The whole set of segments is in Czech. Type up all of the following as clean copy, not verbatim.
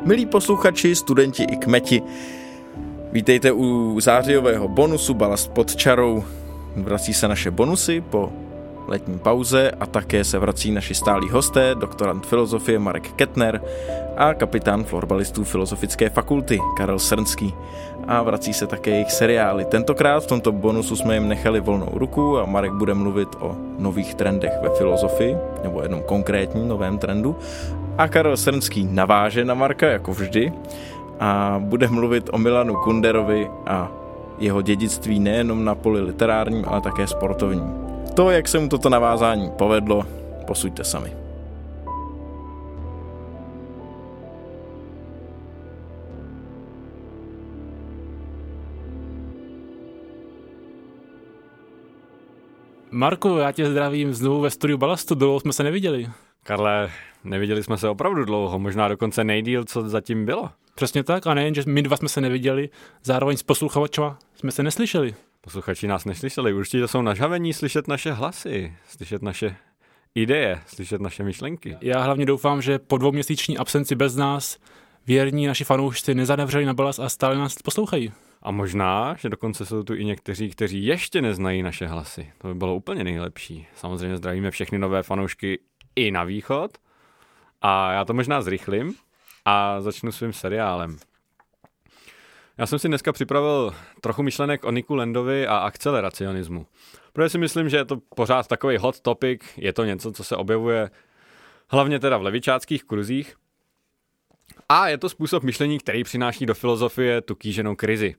Milí posluchači, studenti i kmeti, vítejte u zářijového bonusu Balast pod čarou. Vrací se naše bonusy po letní pauze a také se vrací naši stálí hosté, doktorant filozofie Marek Kettner a kapitán florbalistů Filozofické fakulty Karel Srnský. A vrací se také jejich seriály. Tentokrát v tomto bonusu jsme jim nechali volnou ruku a Marek bude mluvit o nových trendech ve filozofii, nebo jednom konkrétním novém trendu. A Karel Srnský naváže na Marka, jako vždy, a bude mluvit o Milanu Kunderovi a jeho dědictví nejenom na poli literárním, ale také sportovním. To, jak se mu toto navázání povedlo, posuďte sami. Marku, já tě zdravím znovu ve studiu Balastu, dlouho jsme se neviděli. Karle, neviděli jsme se opravdu dlouho, možná dokonce nejdýl, co zatím bylo. Přesně tak, a nejen, že my dva jsme se neviděli, zároveň s posluchačema jsme se neslyšeli. Posluchači nás neslyšeli, určitě jsou nažavení slyšet naše hlasy, slyšet naše ideje, slyšet naše myšlenky. Já hlavně doufám, že po dvouměsíční absenci bez nás věrní naši fanoušci nezadevřeli na Balast a stále nás poslouchají. A možná, že dokonce jsou tu i někteří, kteří ještě neznají naše hlasy. To by bylo úplně nejlepší. Samozřejmě zdravíme všechny nové fanoušky i na východ. A já to možná zrychlím a začnu svým seriálem. Já jsem si dneska připravil trochu myšlenek o Niku Landovi a akceleracionismu. Protože si myslím, že je to pořád takový hot topic, je to něco, co se objevuje hlavně teda v levičáckých kruzích. A je to způsob myšlení, který přináší do filozofie tu kýženou krizi.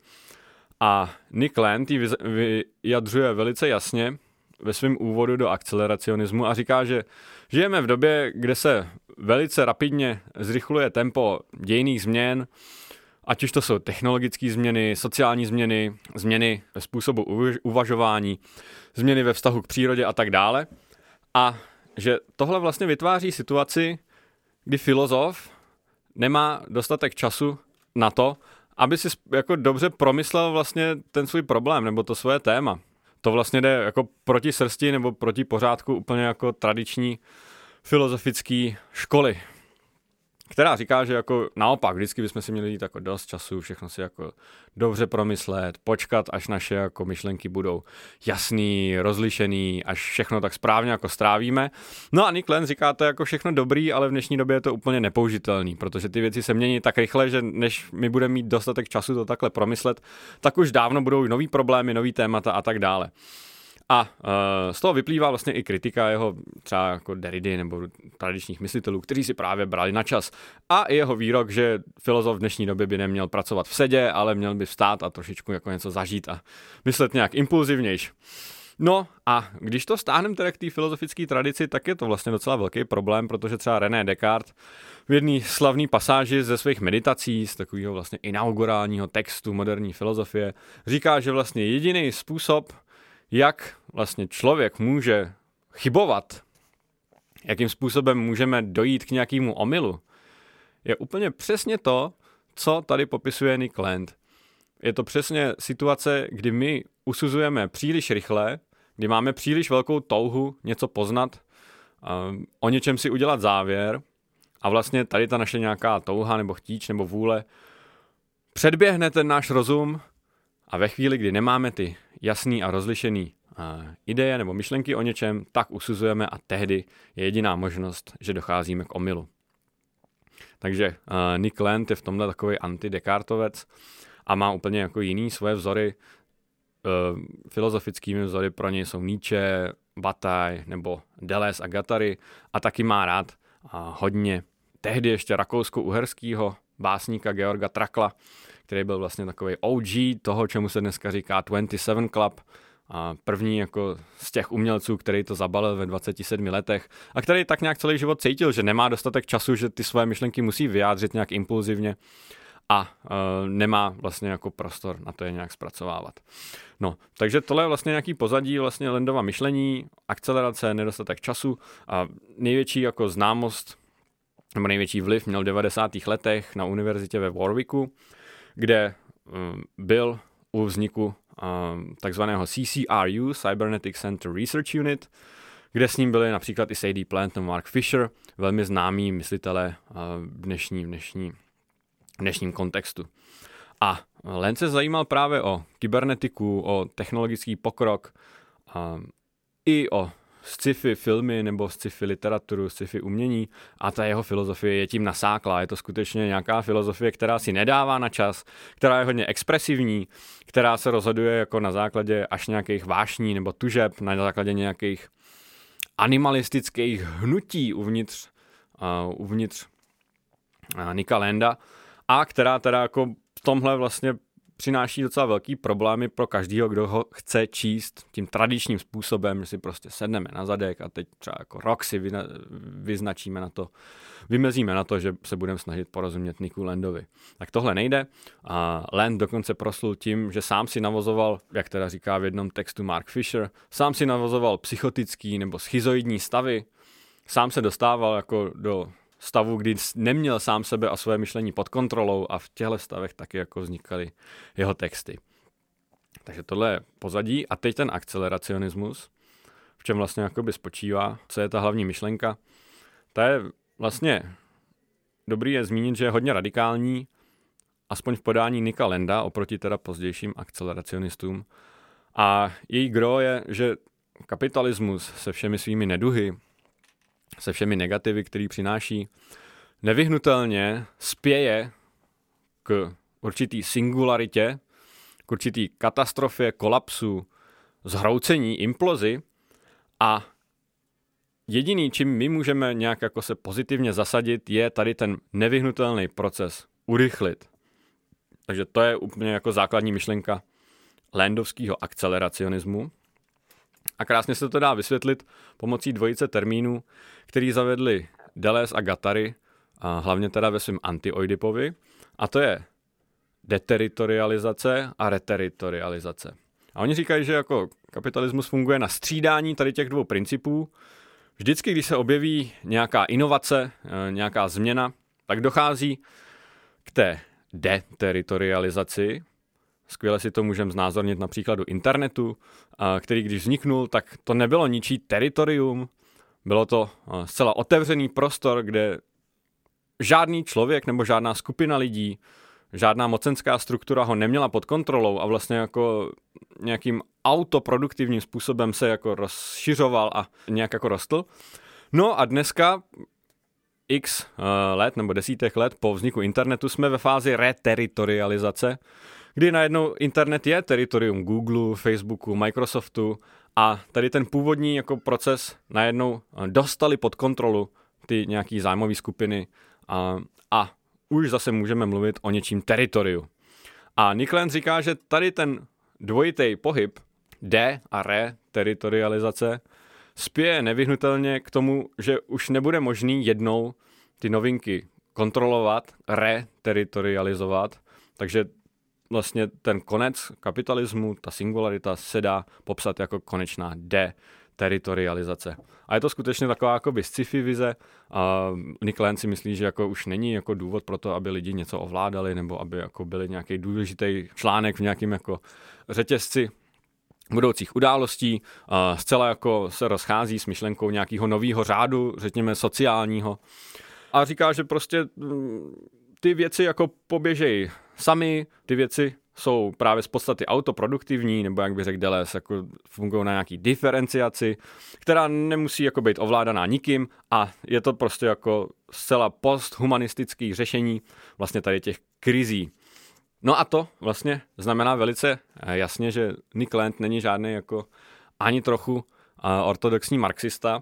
A Nick Land ji vyjadřuje velice jasně ve svém úvodu do akceleracionismu a říká, že žijeme v době, kde se velice rapidně zrychluje tempo dějinných změn, ať už to jsou technologické změny, sociální změny, změny ve způsobu uvažování, změny ve vztahu k přírodě a tak dále. A že tohle vlastně vytváří situaci, kdy filozof nemá dostatek času na to, aby si jako dobře promyslel vlastně ten svůj problém nebo to svoje téma. To vlastně jde jako proti srsti nebo proti pořádku úplně jako tradiční filozofické školy, která říká, že jako naopak, vždycky bychom si měli jít jako dost času, všechno si jako dobře promyslet, počkat, až naše jako myšlenky budou jasný, rozlišený, až všechno tak správně jako strávíme. No a Nick Land říká, to je jako všechno dobrý, ale v dnešní době je to úplně nepoužitelný, protože ty věci se mění tak rychle, že než my budeme mít dostatek času to takhle promyslet, tak už dávno budou nový problémy, nový témata a tak dále. A z toho vyplývá vlastně i kritika jeho třeba jako Derrida nebo tradičních myslitelů, kteří si právě brali na čas. A i jeho výrok, že filozof v dnešní době by neměl pracovat v sedě, ale měl by vstát a trošičku jako něco zažít a myslet nějak impulzivnějš. No a když to stáhneme teda k té filozofické tradici, tak je to vlastně docela velký problém, protože třeba René Descartes v jedné slavné pasáži ze svých meditací, z takového vlastně inaugurálního textu moderní filozofie, říká, že vlastně jediný způsob, jak vlastně člověk může chybovat, jakým způsobem můžeme dojít k nějakému omylu, je úplně přesně to, co tady popisuje Nick Land. Je to přesně situace, kdy my usuzujeme příliš rychle, kdy máme příliš velkou touhu něco poznat, o něčem si udělat závěr a vlastně tady ta naše nějaká touha nebo chtíč nebo vůle předběhne ten náš rozum a ve chvíli, kdy nemáme ty jasný a rozlišený ideje nebo myšlenky o něčem, tak usuzujeme a tehdy je jediná možnost, že docházíme k omylu. Takže Nick Land je v tomhle takový anti-Descartovec a má úplně jako jiný svoje vzory. Filozofickými vzory pro něj jsou Nietzsche, Bataille nebo Deleuze a Guattari a taky má rád hodně tehdy ještě rakousko-uherského básníka Georga Trakla, který byl vlastně takový OG toho, čemu se dneska říká 27 Club, a první jako z těch umělců, který to zabalil ve 27 letech a který tak nějak celý život cítil, že nemá dostatek času, že ty svoje myšlenky musí vyjádřit nějak impulzivně a nemá vlastně jako prostor na to je nějak zpracovávat. No, takže tohle je vlastně nějaký pozadí vlastně Landova myšlení, akcelerace, nedostatek času a největší jako známost nebo největší vliv měl v 90. letech na univerzitě ve Warwicku, kde byl u vzniku takzvaného CCRU, Cybernetic Center Research Unit, kde s ním byli například i Sadie Plant nebo Mark Fisher, velmi známí myslitelé dnešní dnešním kontextu. A Land se zajímal právě o kybernetiku, o technologický pokrok, i o sci-fi filmy nebo sci-fi literaturu, sci-fi umění a ta jeho filozofie je tím nasáklá. Je to skutečně nějaká filozofie, která si nedává na čas, která je hodně expresivní, která se rozhoduje jako na základě až nějakých vášní nebo tužeb, na základě nějakých animalistických hnutí uvnitř Nicka Landa a která teda jako v tomhle vlastně přináší docela velký problémy pro každýho, kdo ho chce číst tím tradičním způsobem, že si prostě sedneme na zadek a teď třeba jako rok si vyznačíme na to, vymezíme na to, že se budeme snažit porozumět Nicku Landovi. Tak tohle nejde. A Land dokonce proslul tím, že sám si navozoval, jak teda říká v jednom textu Mark Fisher, sám si navozoval psychotický nebo schizoidní stavy, sám se dostával jako do stavu, kdy neměl sám sebe a své myšlení pod kontrolou a v těchto stavech taky jako vznikaly jeho texty. Takže tohle je pozadí a teď ten akceleracionismus, v čem vlastně jakoby spočívá, co je ta hlavní myšlenka. Ta je vlastně dobrý je zmínit, že je hodně radikální, aspoň v podání Nicka Landa oproti teda pozdějším akceleracionistům. A její gro je, že kapitalismus se všemi svými neduhy, se všemi negativy, který přináší, nevyhnutelně spěje k určitý singularitě, k určitý katastrofě, kolapsu, zhroucení, implozi a jediný, čím my můžeme nějak jako se pozitivně zasadit, je tady ten nevyhnutelný proces urychlit. Takže to je úplně jako základní myšlenka landovského akceleracionismu. A krásně se to dá vysvětlit pomocí dvojice termínů, který zavedli Deleuze a Guattari, a hlavně teda ve svém Anti-Oidipovi, a to je deteritorializace a reteritorializace. A oni říkají, že jako kapitalismus funguje na střídání tady těch dvou principů. Vždycky, když se objeví nějaká inovace, nějaká změna, tak dochází k té deteritorializaci. Skvěle si to můžeme znázornit na příkladu internetu, který když vzniknul, tak to nebylo ničí teritorium, bylo to zcela otevřený prostor, kde žádný člověk nebo žádná skupina lidí, žádná mocenská struktura ho neměla pod kontrolou a vlastně jako nějakým autoproduktivním způsobem se jako rozšiřoval a nějak jako rostl. No a dneska x let nebo desítek let po vzniku internetu jsme ve fázi reteritorializace, kdy najednou internet je teritorium Google, Facebooku, Microsoftu a tady ten původní jako proces najednou dostali pod kontrolu ty nějaký zájmové skupiny a už zase můžeme mluvit o něčím teritoriu. A Nick Land říká, že tady ten dvojitý pohyb de a reteritorializace spěje nevyhnutelně k tomu, že už nebude možný jednou ty novinky kontrolovat, reteritorializovat, takže vlastně ten konec kapitalismu, ta singularita se dá popsat jako konečná deteritorializace. A je to skutečně taková jakoby sci-fi vize a Nick Land si myslí, že jako už není jako důvod pro to, aby lidi něco ovládali nebo aby jako byli nějaký důležitý článek v nějakém jako řetězci budoucích událostí. Zcela jako se rozchází s myšlenkou nějakého nového řádu, řekněme sociálního. A říká, že prostě ty věci jako poběžejí sami, ty věci jsou právě z podstaty autoproduktivní, nebo jak by řekl Deleuze, jako fungují na nějaký diferenciaci, která nemusí jako být ovládaná nikým a je to prostě jako zcela posthumanistický řešení vlastně tady těch krizí. No a to vlastně znamená velice jasně, že Nick Land není žádný jako ani trochu ortodoxní marxista,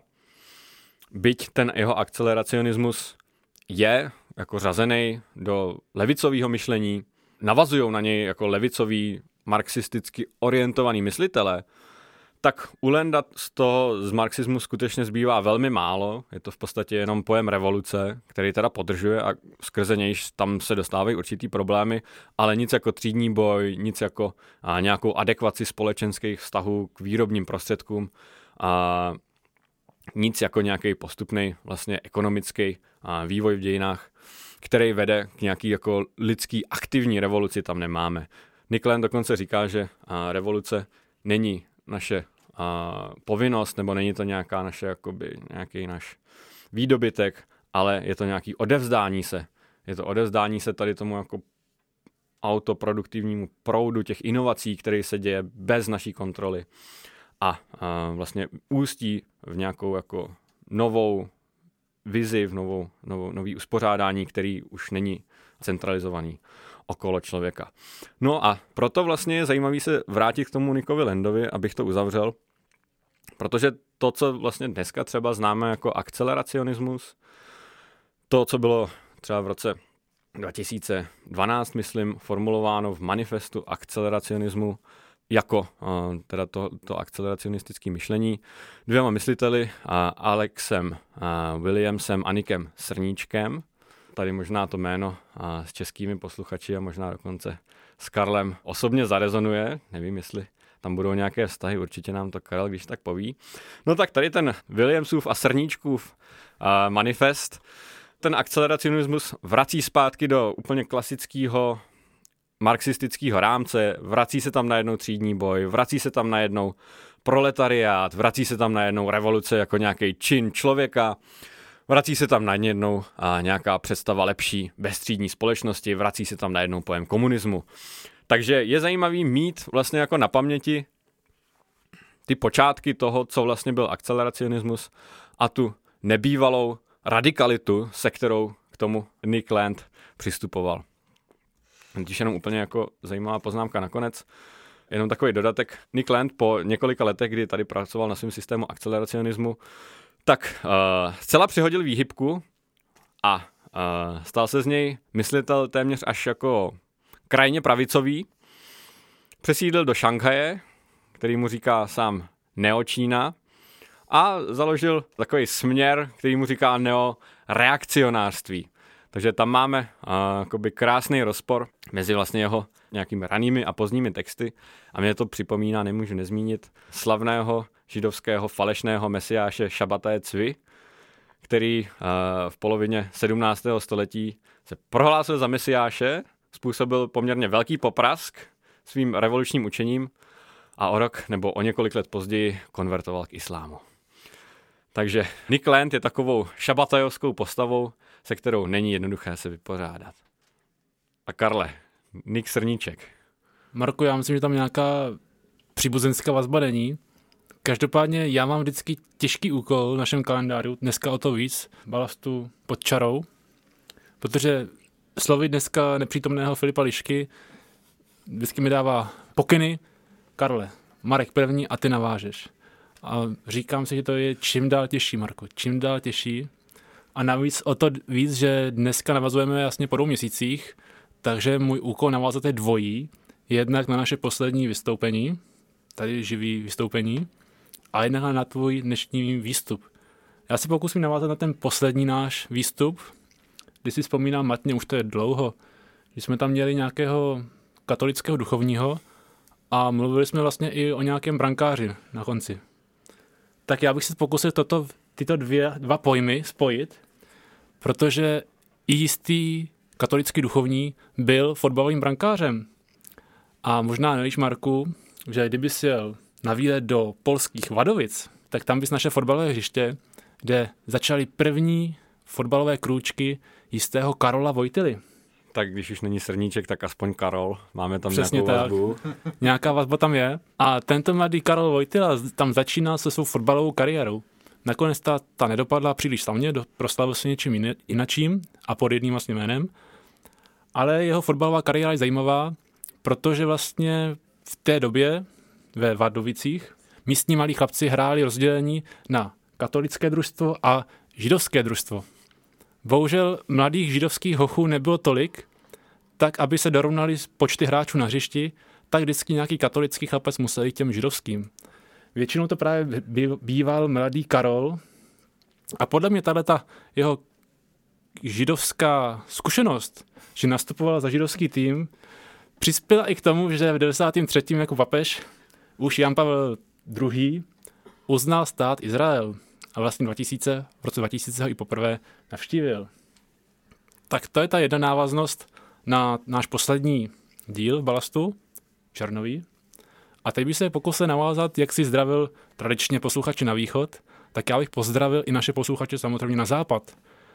byť ten jeho akceleracionismus je jako řazený do levicového myšlení, navazují na něj jako levicoví marxisticky orientovaný myslitelé, tak u Landa z marxismu skutečně zbývá velmi málo. Je to v podstatě jenom pojem revoluce, který teda podržuje a skrze nějž tam se dostávají určitý problémy, ale nic jako třídní boj, nic jako nějakou adekvaci společenských vztahů k výrobním prostředkům a nic jako nějaký postupný vlastně ekonomický vývoj v dějinách, který vede k nějaký jako lidský aktivní revoluci, tam nemáme. Nick Land dokonce říká, že revoluce není naše povinnost, nebo není to nějaký náš výdobytek, ale je to nějaký odevzdání se Je to odevzdání se tady tomu jako autoproduktivnímu proudu těch inovací, který se děje bez naší kontroly a vlastně ústí v nějakou jako novou vizi, v nový uspořádání, který už není centralizovaný okolo člověka. No a proto vlastně je zajímavý se vrátit k tomu Nickovi Landovi, abych to uzavřel, protože to, co vlastně dneska třeba známe jako akceleracionismus, to, co bylo třeba v roce 2012, myslím, formulováno v manifestu akceleracionismu jako teda to akceleracionistické myšlení dvěma mysliteli, Alexem Williamsem a Nickem Srníčkem. Tady možná to jméno s českými posluchači a možná dokonce s Karlem osobně zarezonuje. Nevím, jestli tam budou nějaké vztahy, určitě nám to Karel když tak poví. No tak tady ten Williamsův a Srníčkův manifest, ten akceleracionismus vrací zpátky do úplně klasického marxistického rámce, vrací se tam najednou třídní boj, vrací se tam najednou proletariát, vrací se tam najednou revoluce jako nějaký čin člověka, vrací se tam najednou nějaká představa lepší beztřídní společnosti, vrací se tam najednou pojem komunismu. Takže je zajímavý mít vlastně jako na paměti ty počátky toho, co vlastně byl akceleracionismus a tu nebývalou radikalitu, se kterou k tomu Nick Land přistupoval. Když jenom úplně jako zajímavá poznámka nakonec, jenom takový dodatek. Nick Land po několika letech, kdy tady pracoval na svém systému akceleracionismu, tak zcela přihodil výhybku a stal se z něj myslitel téměř až jako krajně pravicový. Přesídlil do Šanghaje, který mu říká sám Neočína, a založil takový směr, který mu říká neoreakcionářství. Takže tam máme jakoby krásný rozpor mezi vlastně jeho nějakými ranými a pozdními texty a mě to připomíná, nemůžu nezmínit, slavného židovského falešného mesiáše Šabataje Cvi, který v polovině 17. století se prohlásil za mesiáše, způsobil poměrně velký poprask svým revolučním učením a o rok nebo o několik let později konvertoval k islámu. Takže Nick Land je takovou šabatajovskou postavou, se kterou není jednoduché se vypořádat. A Karle, Nick Srníček. Marku, já myslím, že tam nějaká příbuzenská vazba není. Každopádně já mám vždycky těžký úkol v našem kalendáři, dneska o to víc, balastu pod čarou, protože slovy dneska nepřítomného Filipa Lišky vždycky mi dává pokyny. Karle, Marek první a ty navážeš. A říkám si, že to je čím dál těžší, Marko, čím dál těžší. A navíc o to víc, že dneska navazujeme jasně po 2 měsících, takže můj úkol navázat je dvojí. Jednak na naše poslední vystoupení, tady živý vystoupení, a jednak na tvůj dnešní výstup. Já si pokusím navázat na ten poslední náš výstup, když si vzpomínám matně, už to je dlouho, když jsme tam měli nějakého katolického duchovního a mluvili jsme vlastně i o nějakém brankáři na konci. Tak já bych si pokusil tyto dva pojmy spojit, protože i jistý katolický duchovní byl fotbalovým brankářem. A možná nevíš, Marku, že kdyby si jel na výlet do polských Wadowic, tak tam bys naše fotbalové hřiště, kde začaly první fotbalové krůčky jistého Karola Vojtily. Tak když už není Srníček, tak aspoň Karol. Máme tam přesně nějakou tak. vazbu. Nějaká vazba tam je. A tento mladý Karol Vojtila tam začínal se svou fotbalovou kariérou. Nakonec ta nedopadla příliš slavně, proslavil se něčím jinačím a pod jedním vlastně jménem. Ale jeho fotbalová kariéra je zajímavá, protože vlastně v té době ve Vardovicích místní malí chlapci hráli rozdělení na katolické družstvo a židovské družstvo. Bohužel mladých židovských hochů nebylo tolik, tak aby se dorovnali počty hráčů na hřišti, tak vždycky nějaký katolický chlapec musel jít těm židovským. Většinou to právě býval mladý Karol a podle mě tato jeho židovská zkušenost, že nastupoval za židovský tým, přispěla i k tomu, že v 93. jako papež už Jan Pavel II. Uznal stát Izrael a vlastně v roce 2000 ho i poprvé navštívil. Tak to je ta jedna návaznost na náš poslední díl v Balastu, černový. A teď bych se pokusil navázat, jak si zdravil tradičně posluchači na východ, tak já bych pozdravil i naše posluchače samozřejmě na západ.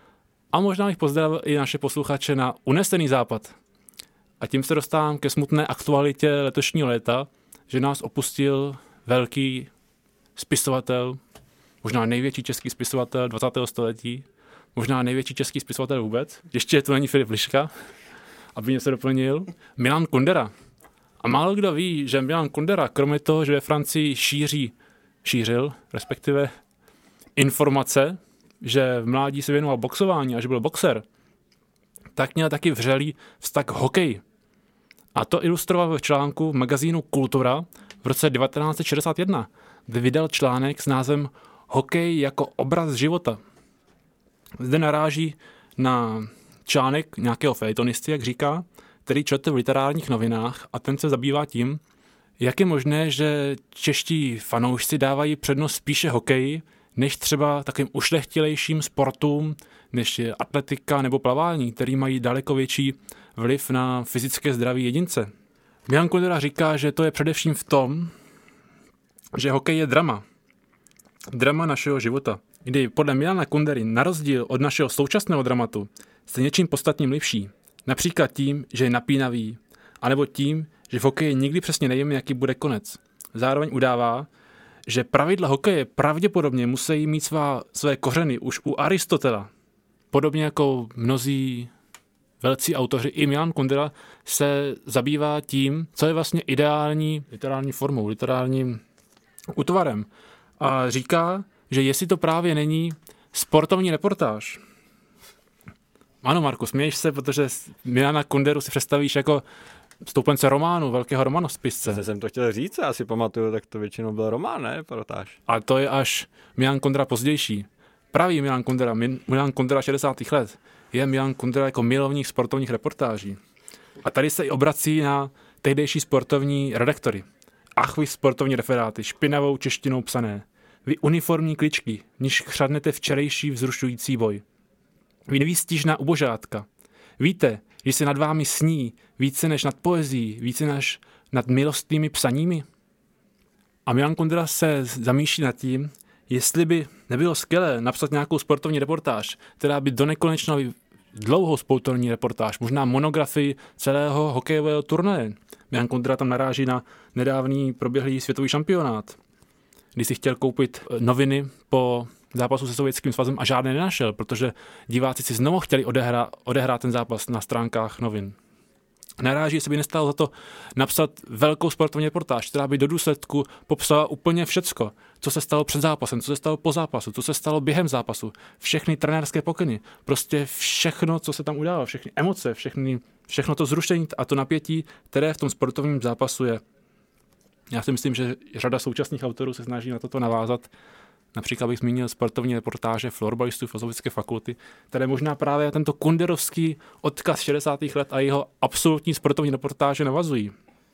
A možná bych pozdravil i naše posluchače na Unesený západ. A tím se dostávám ke smutné aktualitě letošního léta, že nás opustil velký spisovatel, možná největší český spisovatel 20. století, možná největší český spisovatel vůbec. Ještě tu není Filip Liška, aby mě se doplnil. Milan Kundera. A málo kdo ví, že Milan Kundera, kromě toho, že ve Francii šířil, respektive informace, že v mládí se věnoval boxování a že byl boxer, tak měl taky vřelý vztah k hokeji. A to ilustroval v článku v magazínu Kultura v roce 1961, kde vydal článek s názvem Hokej jako obraz života. Zde naráží na článek nějakého fejtonisty, jak říká, který čte v literárních novinách a ten se zabývá tím, jak je možné, že čeští fanoušci dávají přednost spíše hokeji, než třeba takovým ušlechtilejším sportům, než je atletika nebo plavání, který mají daleko větší vliv na fyzické zdraví jedince. Milan Kundera říká, že to je především v tom, že hokej je drama. Drama našeho života, kdy podle Milana Kundery na rozdíl od našeho současného dramatu se něčím podstatným lepší. Například tím, že je napínavý, anebo tím, že v hokeji nikdy přesně nevíme, jaký bude konec. Zároveň udává, že pravidla hokeje pravděpodobně musí mít své kořeny už u Aristotela. Podobně jako mnozí velcí autoři, i Milan Kundera se zabývá tím, co je vlastně ideální literární formou, literárním útvarem. A říká, že jestli to právě není sportovní reportáž. Ano, Marku, směješ se, protože Milana Kunderu si představíš jako stoupence románu, velkého romanospisce. Já jsem to chtěl říct, já si pamatuju, tak to většinou byl román, ne? Reportáž. A to je až Milan Kundera pozdější. Pravý Milan Kundera 60. let, je Milan Kundera jako milovník sportovních reportáží. A tady se i obrací na tehdejší sportovní redaktory. Ach, vy sportovní referáty, špinavou češtinou psané. Vy uniformní kličky, v níž chřadnete včerejší vzrušující boj. Vy nevýstižná ubožátka. Víte, že se nad vámi sní více než nad poezií, více než nad milostnými psaními? A Milan Kundera se zamýšlí nad tím, jestli by nebylo skvělé napsat nějakou sportovní reportáž, která by donekonečna dlouhou sportovní reportáž, možná monografii celého hokejového turnaje. Milan Kundera tam naráží na nedávný proběhlý světový šampionát, kdy si chtěl koupit noviny po zápasu se Sovětským svazem a žádné nenašel, protože diváci si znovu chtěli odehrát ten zápas na stránkách novin. Naráží, jestli by nestalo za to napsat velkou sportovní reportáž, která by do důsledku popsala úplně všecko, co se stalo před zápasem, co se stalo po zápasu, co se stalo během zápasu, všechny trenérské pokyny, prostě všechno, co se tam událo, všechny emoce, všechno to zrušení a to napětí, které v tom sportovním zápasu je. Já si myslím, že řada současných autorů se snaží na toto navázat. Například bych zmínil sportovní reportáže florbalistů Filozofické fakulty, které možná právě tento kunderovský odkaz 60. let a jeho absolutní sportovní reportáže navazují.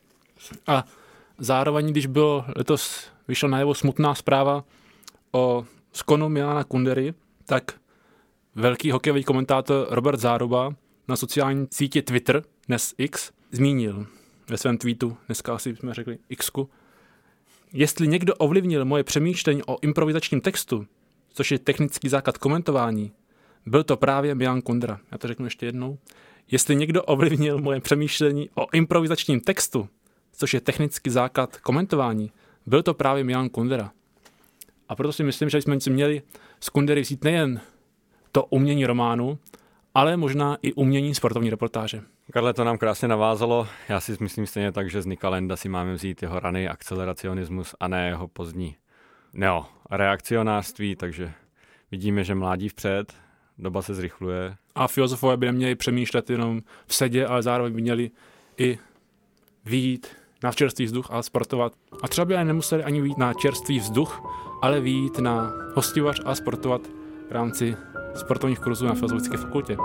A zároveň, když vyšla najevo smutná zpráva o skonu Milana Kundery, tak velký hokejový komentátor Robert Záruba na sociální síti Twitter, dnes X, zmínil ve svém tweetu, dneska asi jsme řekli Xku, jestli někdo ovlivnil moje přemýšlení o improvizačním textu, což je technický základ komentování, byl to právě Milan Kundera. Já to řeknu ještě jednou. Jestli někdo ovlivnil moje přemýšlení o improvizačním textu, což je technický základ komentování, byl to právě Milan Kundera. A proto si myslím, že jsme si měli z Kundery vzít nejen to umění románu, ale možná i umění sportovní reportáže. Karle, to nám krásně navázalo. Já si myslím stejně tak, že z Nika Landa si máme vzít jeho raný akceleracionismus a ne jeho pozdní reakcionářství, takže vidíme, že mládí vpřed, doba se zrychluje. A filozofové by neměli přemýšlet jenom v sedě, ale zároveň by měli i vyjít na čerstvý vzduch a sportovat. A třeba by nemuseli ani vyjít na čerstvý vzduch, ale vyjít na hostivař a sportovat v rámci sportovních kurzů na Filozofické fakultě.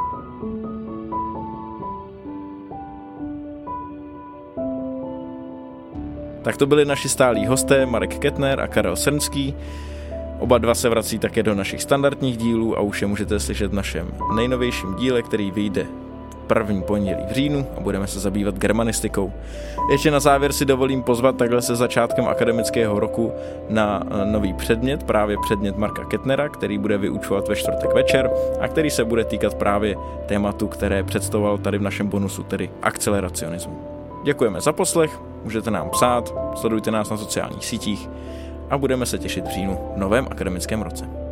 Tak to byli naši stálí hosté Marek Kettner a Karel Srnský. Oba dva se vrací také do našich standardních dílů a už je můžete slyšet v našem nejnovějším díle, který vyjde první pondělí v říjnu a budeme se zabývat germanistikou. Ještě na závěr si dovolím pozvat takhle se začátkem akademického roku na nový předmět, právě předmět Marka Kettnera, který bude vyučovat ve čtvrtek večer a který se bude týkat právě tématu, které představoval tady v našem bonusu, tedy akceleracionismu. Děkujeme za poslech, můžete nám psát, sledujte nás na sociálních sítích a budeme se těšit v říjnu v novém akademickém roce.